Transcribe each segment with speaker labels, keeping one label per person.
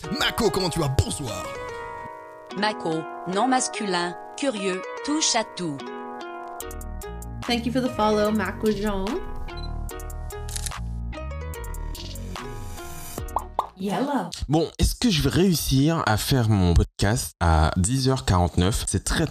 Speaker 1: Mako, comment tu vas? Bonsoir.
Speaker 2: Mako, non masculin, curieux, touche à tout.
Speaker 3: Thank you for the follow, Mako Jean. Yellow.
Speaker 4: Bon, est-ce que je vais réussir à faire mon podcast à 10h49? C'est très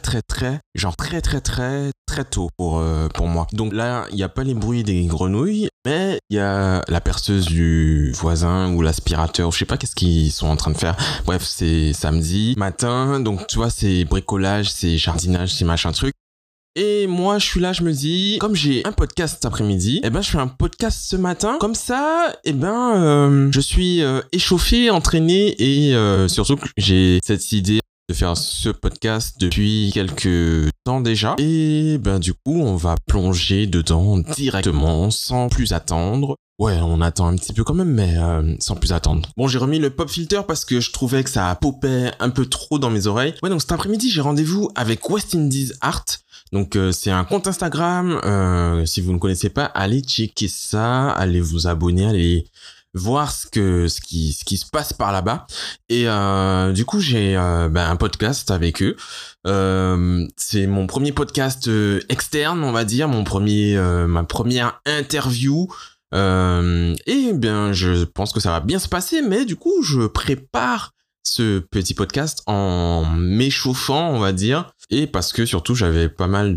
Speaker 4: tôt pour moi. Donc là, il n'y a pas les bruits des grenouilles, mais il y a la perceuse du voisin ou l'aspirateur. Je sais pas qu'est-ce qu'ils sont en train de faire. Bref, c'est samedi matin, donc tu vois, c'est bricolage, c'est jardinage, c'est machin truc. Et moi, je suis là, je me dis, comme j'ai un podcast cet après-midi, je fais un podcast ce matin. Comme ça, je suis échauffé, entraîné et surtout que j'ai cette idée de faire ce podcast depuis quelques temps déjà. Et du coup, on va plonger dedans directement, sans plus attendre. Ouais, on attend un petit peu quand même, mais sans plus attendre. Bon, j'ai remis le pop filter parce que je trouvais que ça popait un peu trop dans mes oreilles. Ouais, donc cet après-midi, j'ai rendez-vous avec West Indies Art. Donc c'est un compte Instagram. Si vous ne connaissez pas, allez checker ça, allez vous abonner, allez voir ce qui se passe par là-bas. Et du coup, j'ai un podcast avec eux. C'est mon premier podcast externe, on va dire, ma première interview. Je pense que ça va bien se passer, mais du coup, je prépare ce petit podcast en m'échauffant, on va dire, et parce que surtout j'avais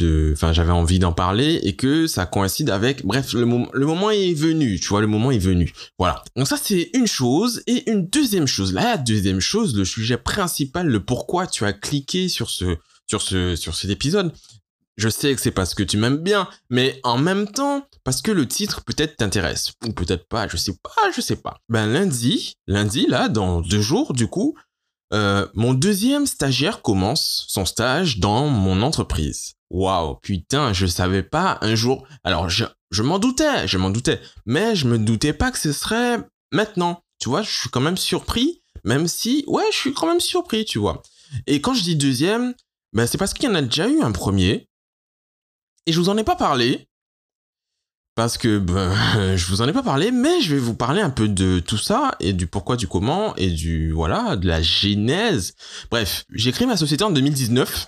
Speaker 4: envie d'en parler et que ça coïncide avec, bref, le moment est venu, tu vois, le moment est venu. Voilà. Donc ça, c'est une chose. Et une deuxième chose, la deuxième chose, le sujet principal, le pourquoi tu as cliqué sur cet épisode. Je sais que c'est parce que tu m'aimes bien, mais en même temps, parce que le titre peut-être t'intéresse. Ou peut-être pas, je sais pas. Lundi, là, dans 2 jours, du coup, mon deuxième stagiaire commence son stage dans mon entreprise. Waouh, putain, je savais pas un jour. Alors, je m'en doutais, mais je me doutais pas que ce serait maintenant. Tu vois, je suis quand même surpris, même si, ouais, je suis quand même surpris, tu vois. Et quand je dis deuxième, c'est parce qu'il y en a déjà eu un premier. Et je vous en ai pas parlé, parce que je vous en ai pas parlé, mais je vais vous parler un peu de tout ça, et du pourquoi, du comment, et de la genèse. Bref, j'ai créé ma société en 2019,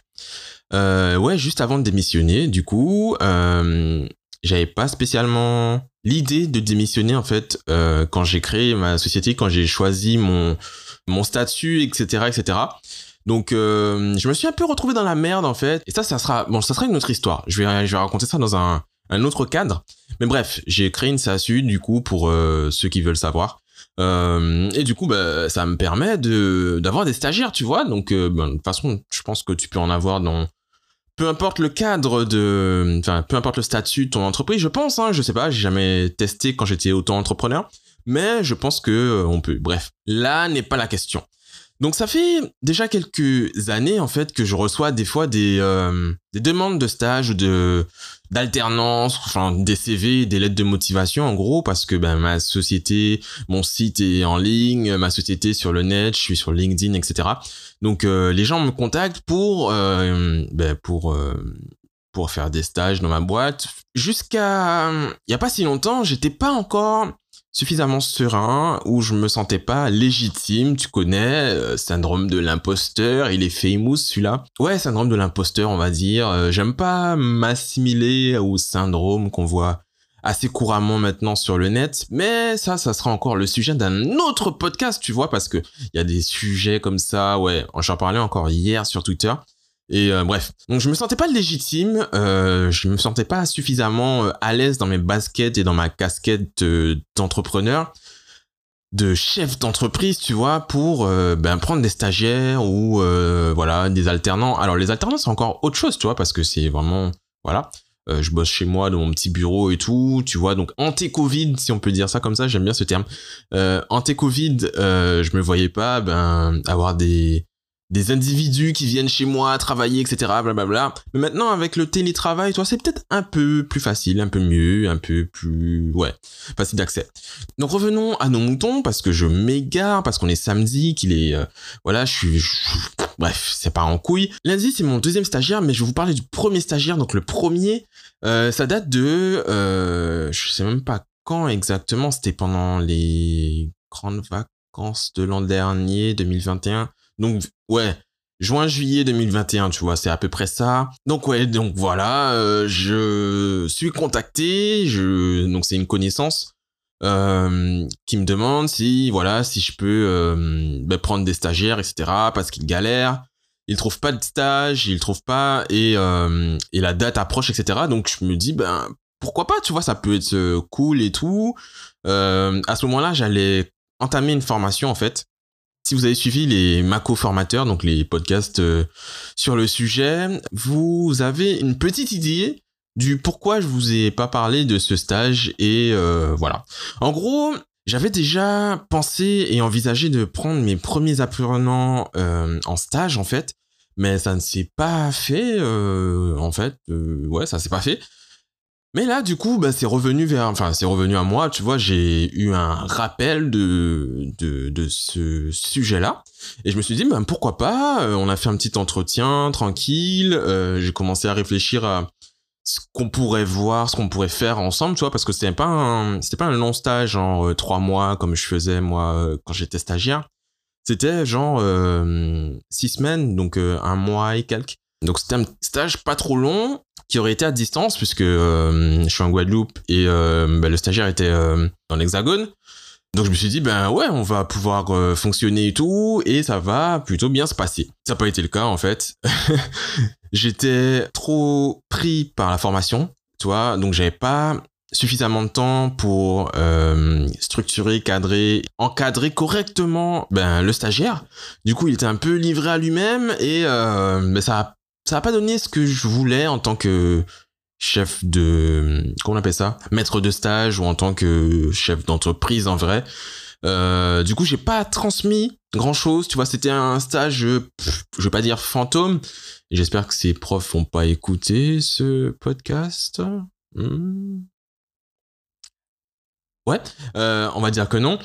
Speaker 4: juste avant de démissionner. Du coup, j'avais pas spécialement l'idée de démissionner, en fait, quand j'ai créé ma société, quand j'ai choisi mon statut, etc., etc., Donc, je me suis un peu retrouvé dans la merde, en fait. Et ça sera une autre histoire. Je vais raconter ça dans un autre cadre. Mais bref, j'ai créé une SASU, du coup, pour ceux qui veulent savoir. Et du coup, ça me permet d'avoir des stagiaires, tu vois. Donc, de toute façon, je pense que tu peux en avoir dans... Peu importe le cadre peu importe le statut de ton entreprise, je pense, je sais pas, j'ai jamais testé quand j'étais auto-entrepreneur. Mais je pense que on peut. Bref, là n'est pas la question. Donc ça fait déjà quelques années en fait que je reçois des fois des demandes de stage ou d'alternance, enfin des CV, des lettres de motivation en gros, parce que ma société, mon site est en ligne, ma société sur le net, je suis sur LinkedIn, etc. Donc les gens me contactent pour faire des stages dans ma boîte. Jusqu'à il y a pas si longtemps, j'étais pas encore suffisamment serein, où je me sentais pas légitime, tu connais, syndrome de l'imposteur, il est famous celui-là. Ouais, syndrome de l'imposteur, on va dire. J'aime pas m'assimiler au syndrome qu'on voit assez couramment maintenant sur le net, mais ça sera encore le sujet d'un autre podcast, tu vois, parce que il y a des sujets comme ça, ouais, j'en parlais encore hier sur Twitter. Et bref, donc je me sentais pas légitime, je me sentais pas suffisamment à l'aise dans mes baskets et dans ma casquette d'entrepreneur, de chef d'entreprise, tu vois, pour prendre des stagiaires ou des alternants. Alors les alternants c'est encore autre chose, tu vois, parce que c'est vraiment je bosse chez moi dans mon petit bureau et tout, tu vois, donc anté-Covid, si on peut dire ça comme ça, j'aime bien ce terme. Anté-Covid, je me voyais pas avoir des individus qui viennent chez moi travailler, etc., blablabla. Mais maintenant, avec le télétravail, toi, c'est peut-être un peu plus facile, un peu mieux, un peu plus, facile d'accès. Donc, revenons à nos moutons, parce que je m'égare, parce qu'on est samedi, qu'il est, bref, c'est pas en couille. Lundi, c'est mon deuxième stagiaire, mais je vais vous parler du premier stagiaire. Donc, le premier, ça date de, je sais même pas quand exactement, c'était pendant les grandes vacances. vacances de l'an dernier, 2021. Donc, ouais, juin-juillet 2021, tu vois, c'est à peu près ça. Donc, ouais, donc voilà, je suis contacté, donc c'est une connaissance qui me demande si je peux prendre des stagiaires, etc., parce qu'ils galèrent. Ils trouvent pas de stage, ils trouvent pas, et la date approche, etc. Donc, je me dis, pourquoi pas, tu vois, ça peut être cool et tout. À ce moment-là, j'allais entamer une formation, en fait. Si vous avez suivi les Mako formateurs, donc les podcasts sur le sujet, vous avez une petite idée du pourquoi je vous ai pas parlé de ce stage, et voilà. En gros, j'avais déjà pensé et envisagé de prendre mes premiers apprenants en stage, en fait, mais ça ne s'est pas fait, en fait. Ouais, ça s'est pas fait. Mais là, du coup, c'est revenu à moi, tu vois, j'ai eu un rappel de ce sujet-là. Et je me suis dit, pourquoi pas, on a fait un petit entretien, tranquille, j'ai commencé à réfléchir à ce qu'on pourrait voir, ce qu'on pourrait faire ensemble, tu vois, parce que c'était pas un long stage, genre 3 mois, comme je faisais, moi, quand j'étais stagiaire. C'était genre 6 semaines, donc 1 mois et quelques. Donc c'était un stage pas trop long, qui aurait été à distance, puisque je suis en Guadeloupe et le stagiaire était dans l'Hexagone. Donc je me suis dit, ouais, on va pouvoir fonctionner et tout, et ça va plutôt bien se passer. Ça n'a pas été le cas, en fait. J'étais trop pris par la formation, tu vois, donc j'avais pas suffisamment de temps pour structurer, encadrer correctement le stagiaire. Du coup, il était un peu livré à lui-même, et ça a pas donné ce que je voulais en tant que chef de... Comment on appelle ça ? Maître de stage, ou en tant que chef d'entreprise, en vrai. Du coup, j'ai pas transmis grand-chose. Tu vois, c'était un stage, je vais pas dire fantôme. J'espère que ces profs vont pas écouter ce podcast. Ouais, on va dire que non.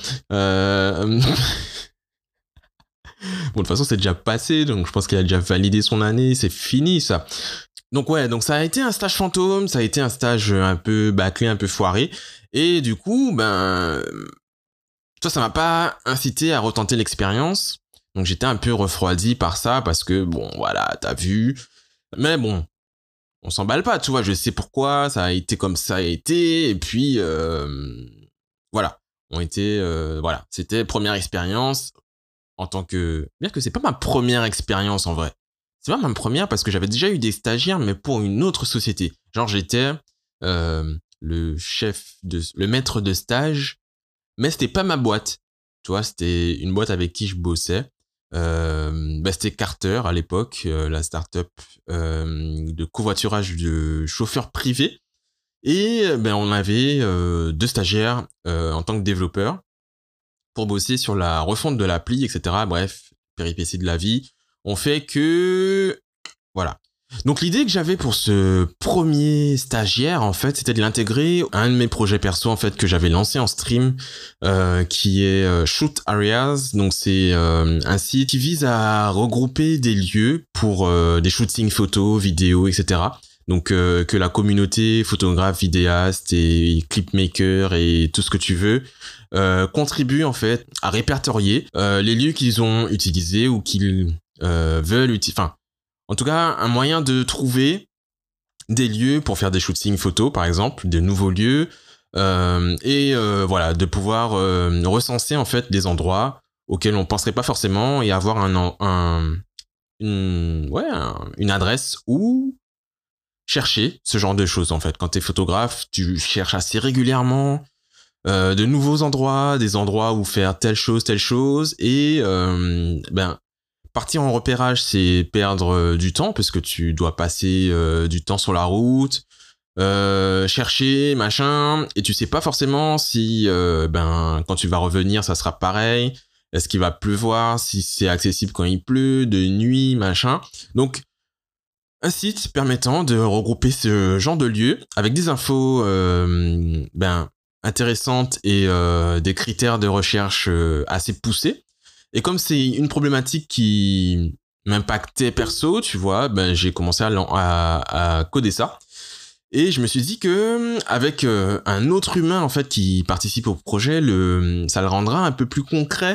Speaker 4: Bon, de toute façon, c'est déjà passé, donc je pense qu'il a déjà validé son année, c'est fini, ça. Donc ouais, donc ça a été un stage fantôme, ça a été un stage un peu bâclé, un peu foiré, et du coup, ça m'a pas incité à retenter l'expérience, donc j'étais un peu refroidi par ça, parce que, bon, voilà, t'as vu, mais bon, on s'emballe pas, tu vois, je sais pourquoi, ça a été comme ça a été, et puis, voilà, voilà, c'était première expérience, en tant que... Bien que c'est pas ma première expérience, en vrai. C'est pas ma première, parce que j'avais déjà eu des stagiaires, mais pour une autre société. Genre, j'étais le maître de stage, mais c'était pas ma boîte. Tu vois, c'était une boîte avec qui je bossais. C'était Carter, à l'époque, la start-up de covoiturage de chauffeurs privés. Et on avait 2 stagiaires en tant que développeurs, pour bosser sur la refonte de l'appli, etc. Bref, péripéties de la vie. On fait que... Voilà. Donc l'idée que j'avais pour ce premier stagiaire, en fait, c'était de l'intégrer à un de mes projets perso, en fait, que j'avais lancé en stream, qui est Shoot Areas. Donc c'est un site qui vise à regrouper des lieux pour des shootings photos, vidéos, etc. Donc que la communauté photographe, vidéaste et clipmaker et tout ce que tu veux contribue, en fait, à répertorier les lieux qu'ils ont utilisés ou qu'ils veulent utiliser. Enfin, en tout cas, un moyen de trouver des lieux pour faire des shootings photos, par exemple, de nouveaux lieux, et voilà, de pouvoir recenser, en fait, des endroits auxquels on penserait pas forcément, et avoir une adresse où chercher ce genre de choses, en fait. Quand t'es photographe, tu cherches assez régulièrement de nouveaux endroits, des endroits où faire telle chose, et partir en repérage, c'est perdre du temps, parce que tu dois passer du temps sur la route, chercher, machin, et tu sais pas forcément si quand tu vas revenir, ça sera pareil, est-ce qu'il va pleuvoir, si c'est accessible quand il pleut, de nuit, machin. Donc, un site permettant de regrouper ce genre de lieux avec des infos intéressantes et des critères de recherche assez poussés. Et comme c'est une problématique qui m'impactait perso, tu vois, j'ai commencé à coder ça. Et je me suis dit que avec un autre humain, en fait, qui participe au projet, ça le rendra un peu plus concret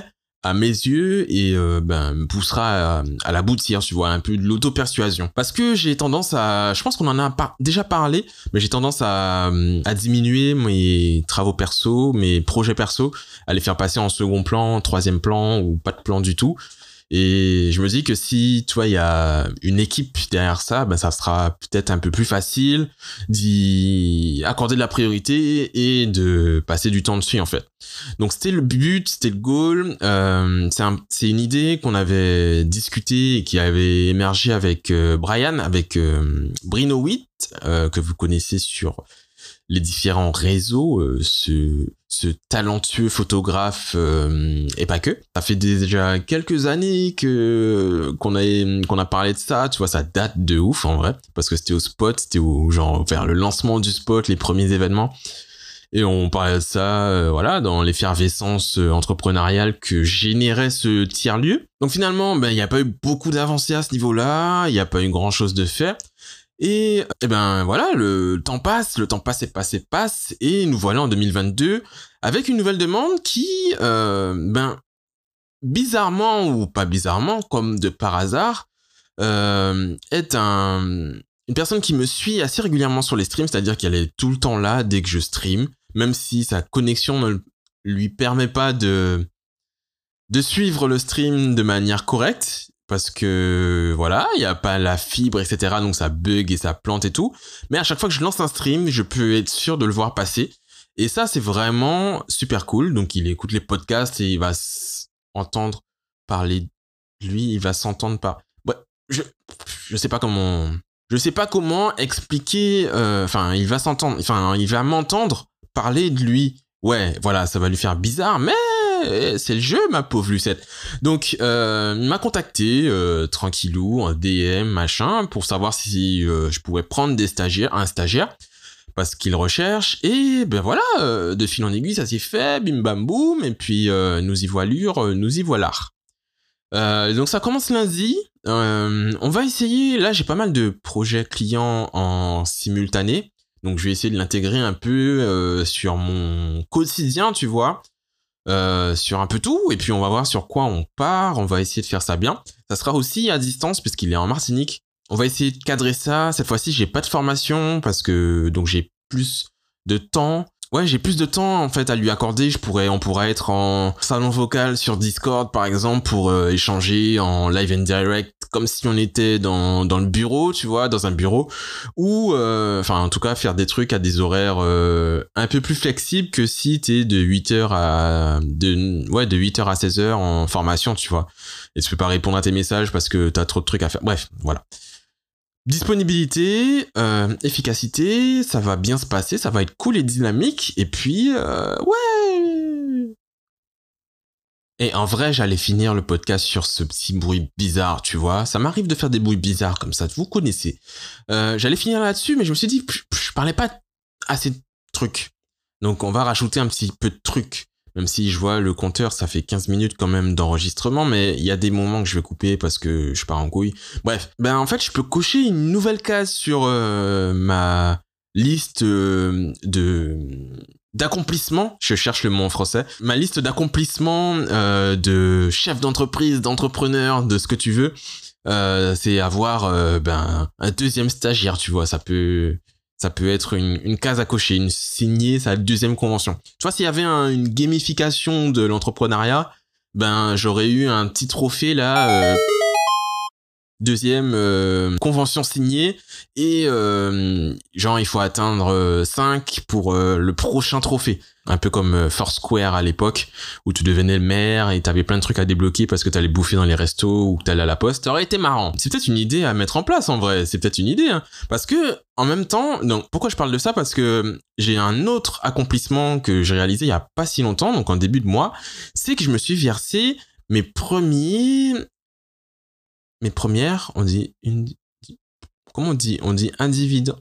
Speaker 4: à mes yeux et me poussera à l'aboutir, tu vois, un peu de l'auto-persuasion. Parce que j'ai tendance je pense qu'on en a déjà parlé, mais j'ai tendance à diminuer mes travaux perso, mes projets perso, à les faire passer en second plan, troisième plan ou pas de plan du tout. Et je me dis que si, tu vois, il y a une équipe derrière ça, ça sera peut-être un peu plus facile d'y accorder de la priorité et de passer du temps dessus, en fait. Donc, c'était le but, c'était le goal. C'est une idée qu'on avait discutée et qui avait émergé avec Brian, avec Brino Witt, que vous connaissez sur les différents réseaux, ce talentueux photographe et pas que. Ça fait déjà quelques années qu'on a parlé de ça, tu vois, ça date de ouf en vrai, parce que c'était au spot, c'était vers le lancement du spot, les premiers événements, et on parlait de ça, dans l'effervescence entrepreneuriale que générait ce tiers-lieu. Donc finalement, il n'y a pas eu beaucoup d'avancées à ce niveau-là, il n'y a pas eu grand-chose de fait. Et le temps passe, et nous voilà en 2022 avec une nouvelle demande qui, bizarrement ou pas bizarrement, comme de par hasard, est une personne qui me suit assez régulièrement sur les streams, c'est-à-dire qu'elle est tout le temps là dès que je stream, même si sa connexion ne lui permet pas de suivre le stream de manière correcte. Parce que, il n'y a pas la fibre, etc. Donc ça bug et ça plante et tout. Mais à chaque fois que je lance un stream, je peux être sûr de le voir passer. Et ça, c'est vraiment super cool. Donc il écoute les podcasts et il va entendre parler de lui. Il va s'entendre par... Ouais, je sais pas comment... Je sais pas comment expliquer... il va s'entendre... il va m'entendre parler de lui. Ouais, voilà, ça va lui faire bizarre, mais... c'est le jeu, ma pauvre Lucette. Donc, il m'a contacté tranquillou, en DM, machin, pour savoir si je pouvais prendre un stagiaire, parce qu'il recherche. Et de fil en aiguille, ça s'est fait, bim bam boum, et puis nous y voilà. Donc ça commence lundi. On va essayer. Là, j'ai pas mal de projets clients en simultané, donc je vais essayer de l'intégrer un peu sur mon quotidien, tu vois. Sur un peu tout, et puis on va voir sur quoi on part, on va essayer de faire ça bien. Ça sera aussi à distance puisqu'il est en Martinique. On va essayer de cadrer ça. Cette fois-ci, j'ai pas de formation parce que donc j'ai plus de temps. Ouais, j'ai plus de temps en fait à lui accorder. On pourrait être en salon vocal sur Discord par exemple pour échanger en live and direct comme si on était dans le bureau, tu vois, dans un bureau, ou en tout cas faire des trucs à des horaires un peu plus flexibles que si t'es de 8h à 16h en formation, tu vois. Et tu peux pas répondre à tes messages parce que t'as trop de trucs à faire. Bref, voilà. Disponibilité, efficacité, ça va bien se passer, ça va être cool et dynamique, et puis, ouais. Et en vrai, j'allais finir le podcast sur ce petit bruit bizarre, tu vois. Ça m'arrive de faire des bruits bizarres comme ça, vous connaissez. J'allais finir là-dessus, mais je me suis dit, je parlais pas assez de trucs. Donc on va rajouter un petit peu de trucs. Même si je vois le compteur, ça fait 15 minutes quand même d'enregistrement, mais il y a des moments que je vais couper parce que je pars en couille. Bref, en fait, je peux cocher une nouvelle case sur ma liste d'accomplissements. Je cherche le mot en français. Ma liste d'accomplissements de chef d'entreprise, d'entrepreneur, de ce que tu veux. C'est avoir un deuxième stagiaire, tu vois. Ça peut être une case à cocher, signer sa deuxième convention. Tu vois, s'il y avait une gamification de l'entrepreneuriat, j'aurais eu un petit trophée là, deuxième convention signée, et il faut atteindre 5 pour le prochain trophée. Un peu comme Foursquare à l'époque, où tu devenais le maire et t'avais plein de trucs à débloquer parce que t'allais bouffer dans les restos ou que t'allais à la poste. Ça aurait été marrant. C'est peut-être une idée à mettre en place en vrai. C'est peut-être une idée, hein. Parce que, en même temps, donc, pourquoi je parle de ça? Parce que j'ai un autre accomplissement que j'ai réalisé il y a pas si longtemps, donc en début de mois, c'est que je me suis versé mes premières, on dit comment on dit? On dit un dividende.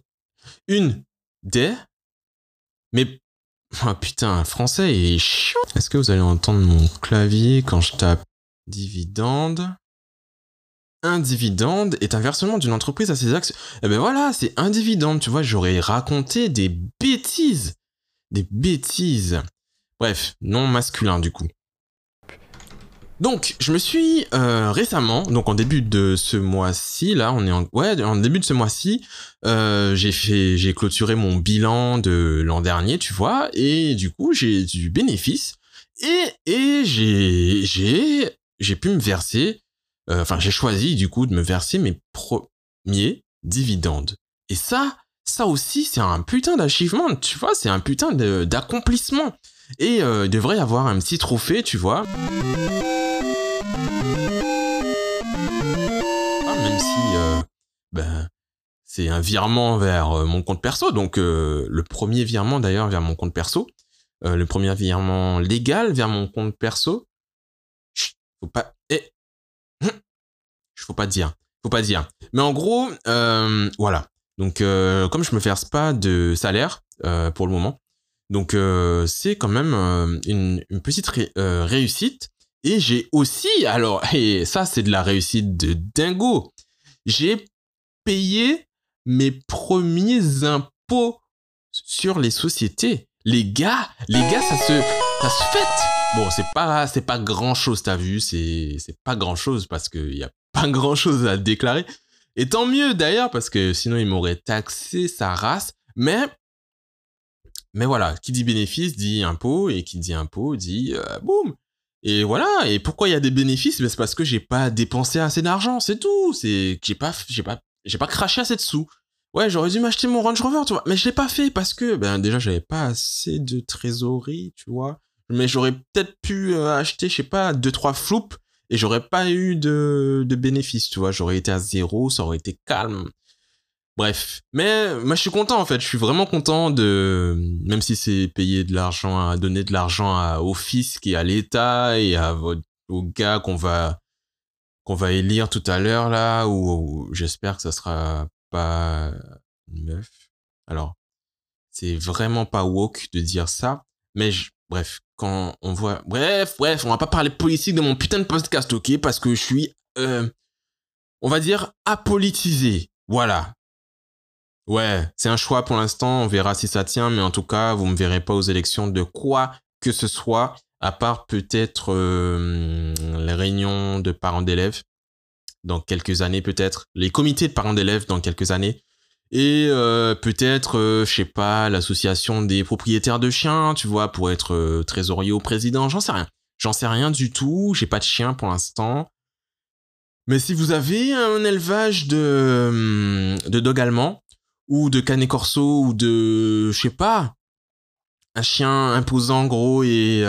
Speaker 4: Oh putain, français est chiant. Est-ce que vous allez entendre mon clavier quand je tape dividende? Un dividende est un versement d'une entreprise à ses actions. Eh ben voilà, c'est un dividende. Tu vois, j'aurais raconté des bêtises. Des bêtises. Bref, non masculin du coup. Donc, je me suis récemment, donc en début de ce mois-ci, là, en début de ce mois-ci, j'ai clôturé mon bilan de l'an dernier, tu vois, et du coup, j'ai du bénéfice et j'ai pu me verser, enfin, j'ai choisi du coup de me verser mes premiers dividendes. Et ça aussi, c'est un putain d'achievement, tu vois, c'est un putain d'accomplissement. Et il devrait y avoir un petit trophée, tu vois. Même si c'est un virement vers mon compte perso, donc le premier virement d'ailleurs vers mon compte perso, le premier virement légal vers mon compte perso. Chut, faut pas, faut pas dire. Mais en gros, voilà. Donc comme je me verse pas de salaire pour le moment, donc c'est quand même une petite réussite. Et j'ai aussi, alors, et ça c'est de la réussite de dingo, j'ai payé mes premiers impôts sur les sociétés. Les gars, ça se fête. Bon, c'est pas grand chose, t'as vu, c'est pas grand chose parce qu'il y a pas grand chose à déclarer. Et tant mieux d'ailleurs parce que sinon il m'aurait taxé sa race. Mais voilà, qui dit bénéfice dit impôt et qui dit impôt dit boum. Et voilà, et pourquoi il y a des bénéfices? Ben, c'est parce que j'ai pas dépensé assez d'argent, c'est tout. C'est que j'ai pas craché assez de sous. Ouais, j'aurais dû m'acheter mon Range Rover, tu vois, mais je l'ai pas fait parce que ben déjà j'avais pas assez de trésorerie, tu vois. Mais j'aurais peut-être pu acheter, je sais pas, 2-3 floupes et j'aurais pas eu de bénéfices, tu vois. J'aurais été à zéro, ça aurait été calme. Bref, mais moi je suis content en fait, je suis vraiment content de, même si c'est payer de l'argent, à donner de l'argent au fisc et à l'État et au gars qu'on va élire tout à l'heure là, ou j'espère que ça sera pas une meuf. Alors, c'est vraiment pas woke de dire ça, mais bref, quand on voit, bref, on va pas parler politique de mon putain de podcast, ok, parce que je suis, on va dire apolitisé, voilà. Ouais, c'est un choix pour l'instant, on verra si ça tient, mais en tout cas, vous me verrez pas aux élections de quoi que ce soit, à part peut-être les réunions de parents d'élèves dans quelques années peut-être, les comités de parents d'élèves dans quelques années, et peut-être, je sais pas, l'association des propriétaires de chiens, tu vois, pour être trésorier au président, j'en sais rien du tout, j'ai pas de chien pour l'instant. Mais si vous avez un élevage de dog allemand, ou de canet corso, ou de, je sais pas, un chien imposant, gros et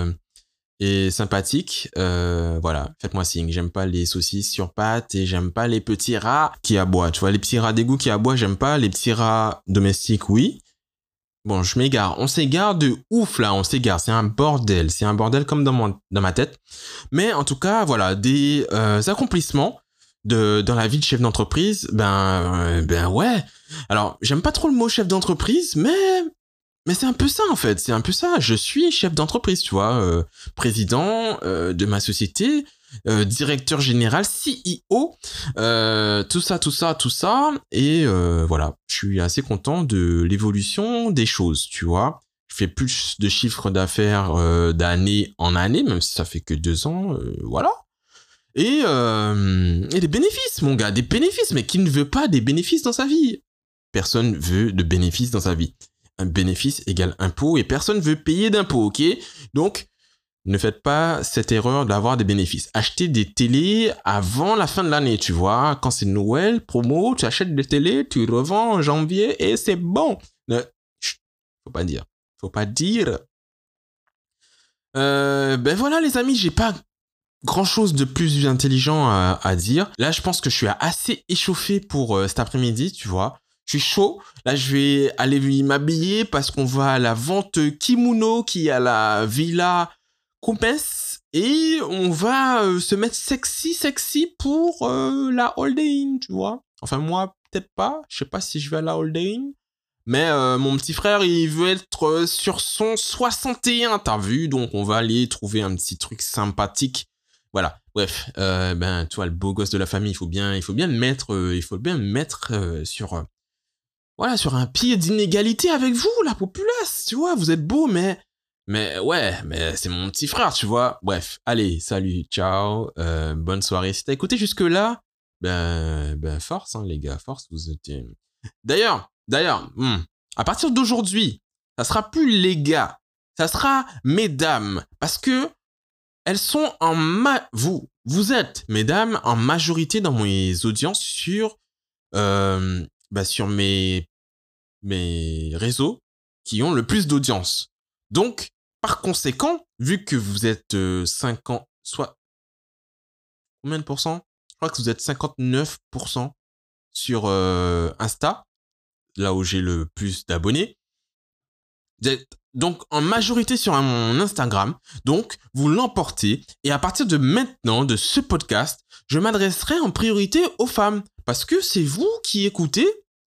Speaker 4: sympathique, voilà, faites-moi signe. J'aime pas les saucisses sur pattes et j'aime pas les petits rats qui aboient. Tu vois, les petits rats d'égout qui aboient, j'aime pas. Les petits rats domestiques, oui. Bon, je m'égare. On s'égare de ouf, là. On s'égare. C'est un bordel. C'est un bordel comme dans ma tête. Mais en tout cas, voilà, des accomplissements dans la vie de chef d'entreprise. Ben ouais. Alors, j'aime pas trop le mot chef d'entreprise, mais c'est un peu ça, en fait. C'est un peu ça. Je suis chef d'entreprise, tu vois. Président de ma société. Directeur général, CEO, tout ça. Et voilà, je suis assez content de l'évolution des choses, tu vois. Je fais plus de chiffre d'affaires d'année en année, même si ça fait que 2 ans, voilà. Et des bénéfices, mon gars, des bénéfices. Mais qui ne veut pas des bénéfices dans sa vie? Personne veut de bénéfices dans sa vie. Un bénéfice égale impôt et personne veut payer d'impôts, ok? Donc, ne faites pas cette erreur d'avoir des bénéfices. Achetez des télés avant la fin de l'année, tu vois. Quand c'est Noël, promo, tu achètes des télés, tu revends en janvier et c'est bon. Faut pas dire. Faut pas dire. Ben voilà les amis, j'ai pas grand chose de plus intelligent à dire. Là, je pense que je suis assez échauffé pour cet après-midi, tu vois. Je suis chaud. Là, je vais aller m'habiller parce qu'on va à la vente kimono qui est à la Villa Coupes et on va se mettre sexy pour la Holiday Inn, tu vois. Enfin, moi, peut-être pas. Je sais pas si je vais à la Holiday Inn. Mais mon petit frère, il veut être sur son 61, t'as vu? Donc, on va aller trouver un petit truc sympathique. Voilà. Bref, ben, toi, le beau gosse de la famille, il faut bien me mettre sur... voilà, sur un pied d'inégalité avec vous, la populace, tu vois. Vous êtes beau, mais Mais ouais, mais c'est mon petit frère, tu vois. Bref, allez, salut, ciao, bonne soirée. Si t'as écouté jusque-là, ben force, hein, les gars, force, vous êtes... D'ailleurs, à partir d'aujourd'hui, ça sera plus les gars, ça sera mesdames, parce que elles sont vous êtes, mesdames, en majorité dans mes audiences sur mes réseaux qui ont le plus d'audience. Donc, par conséquent, vu que vous êtes 50, soit combien de pourcents? Je crois que vous êtes 59% sur Insta, là où j'ai le plus d'abonnés. Vous êtes donc en majorité sur mon Instagram, donc vous l'emportez. Et à partir de maintenant, de ce podcast, je m'adresserai en priorité aux femmes, parce que c'est vous qui écoutez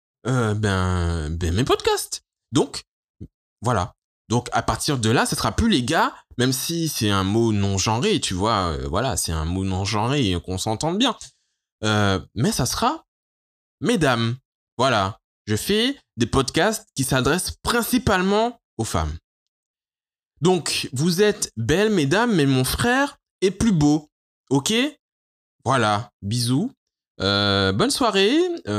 Speaker 4: mes podcasts. Donc, voilà. Donc, à partir de là, ça sera plus les gars, même si c'est un mot non-genré, tu vois, voilà, c'est un mot non-genré et qu'on s'entende bien. Mais ça sera mesdames. Voilà. Je fais des podcasts qui s'adressent principalement aux femmes. Donc, vous êtes belles, mesdames, mais mon frère est plus beau. Ok? Voilà. Bisous. Bonne soirée.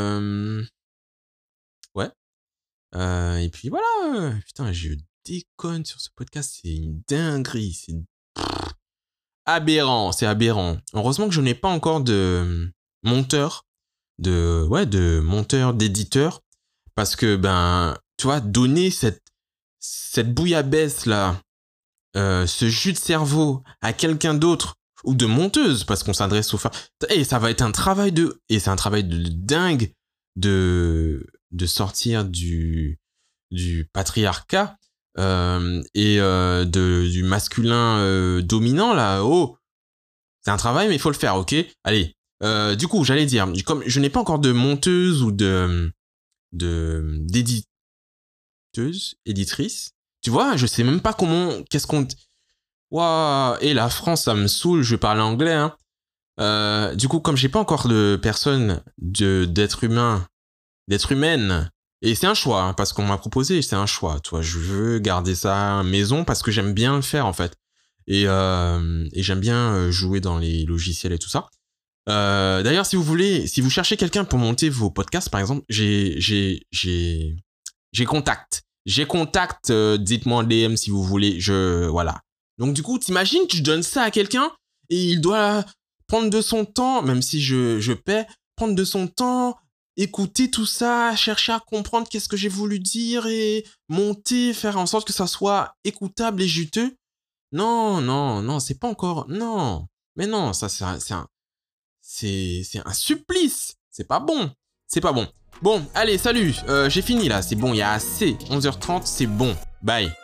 Speaker 4: Ouais. Et puis voilà. Putain, je déconne sur ce podcast. C'est une dinguerie. C'est aberrant. C'est aberrant. Heureusement que je n'ai pas encore de monteur. D'éditeur. Parce que, tu vois, donner cette bouillabaisse là, ce jus de cerveau à quelqu'un d'autre, ou de monteuse, parce qu'on s'adresse aux femmes, et ça va être un travail de dingue de sortir du patriarcat, du masculin dominant là. Oh, c'est un travail, mais il faut le faire, ok? Allez, du coup, j'allais dire, comme je n'ai pas encore de monteuse ou éditrice, tu vois, je sais même pas waouh, et la France, ça me saoule, je vais parler anglais, hein. Du coup, comme j'ai pas encore de personne d'être humaine, et c'est un choix, hein, parce qu'on m'a proposé, c'est un choix, tu vois, je veux garder ça maison parce que j'aime bien le faire, en fait. Et j'aime bien jouer dans les logiciels et tout ça. D'ailleurs, si vous cherchez quelqu'un pour monter vos podcasts, par exemple, j'ai contact. Dites-moi en DM si vous voulez. Voilà. Donc, du coup, t'imagines, tu donnes ça à quelqu'un et il doit prendre de son temps, même si je paie, prendre de son temps, écouter tout ça, chercher à comprendre qu'est-ce que j'ai voulu dire et monter, faire en sorte que ça soit écoutable et juteux. Non, c'est pas encore... Non. Mais non, ça, c'est un supplice. C'est pas bon. Bon, allez, salut. J'ai fini là. C'est bon, il y a assez. 11h30, c'est bon. Bye.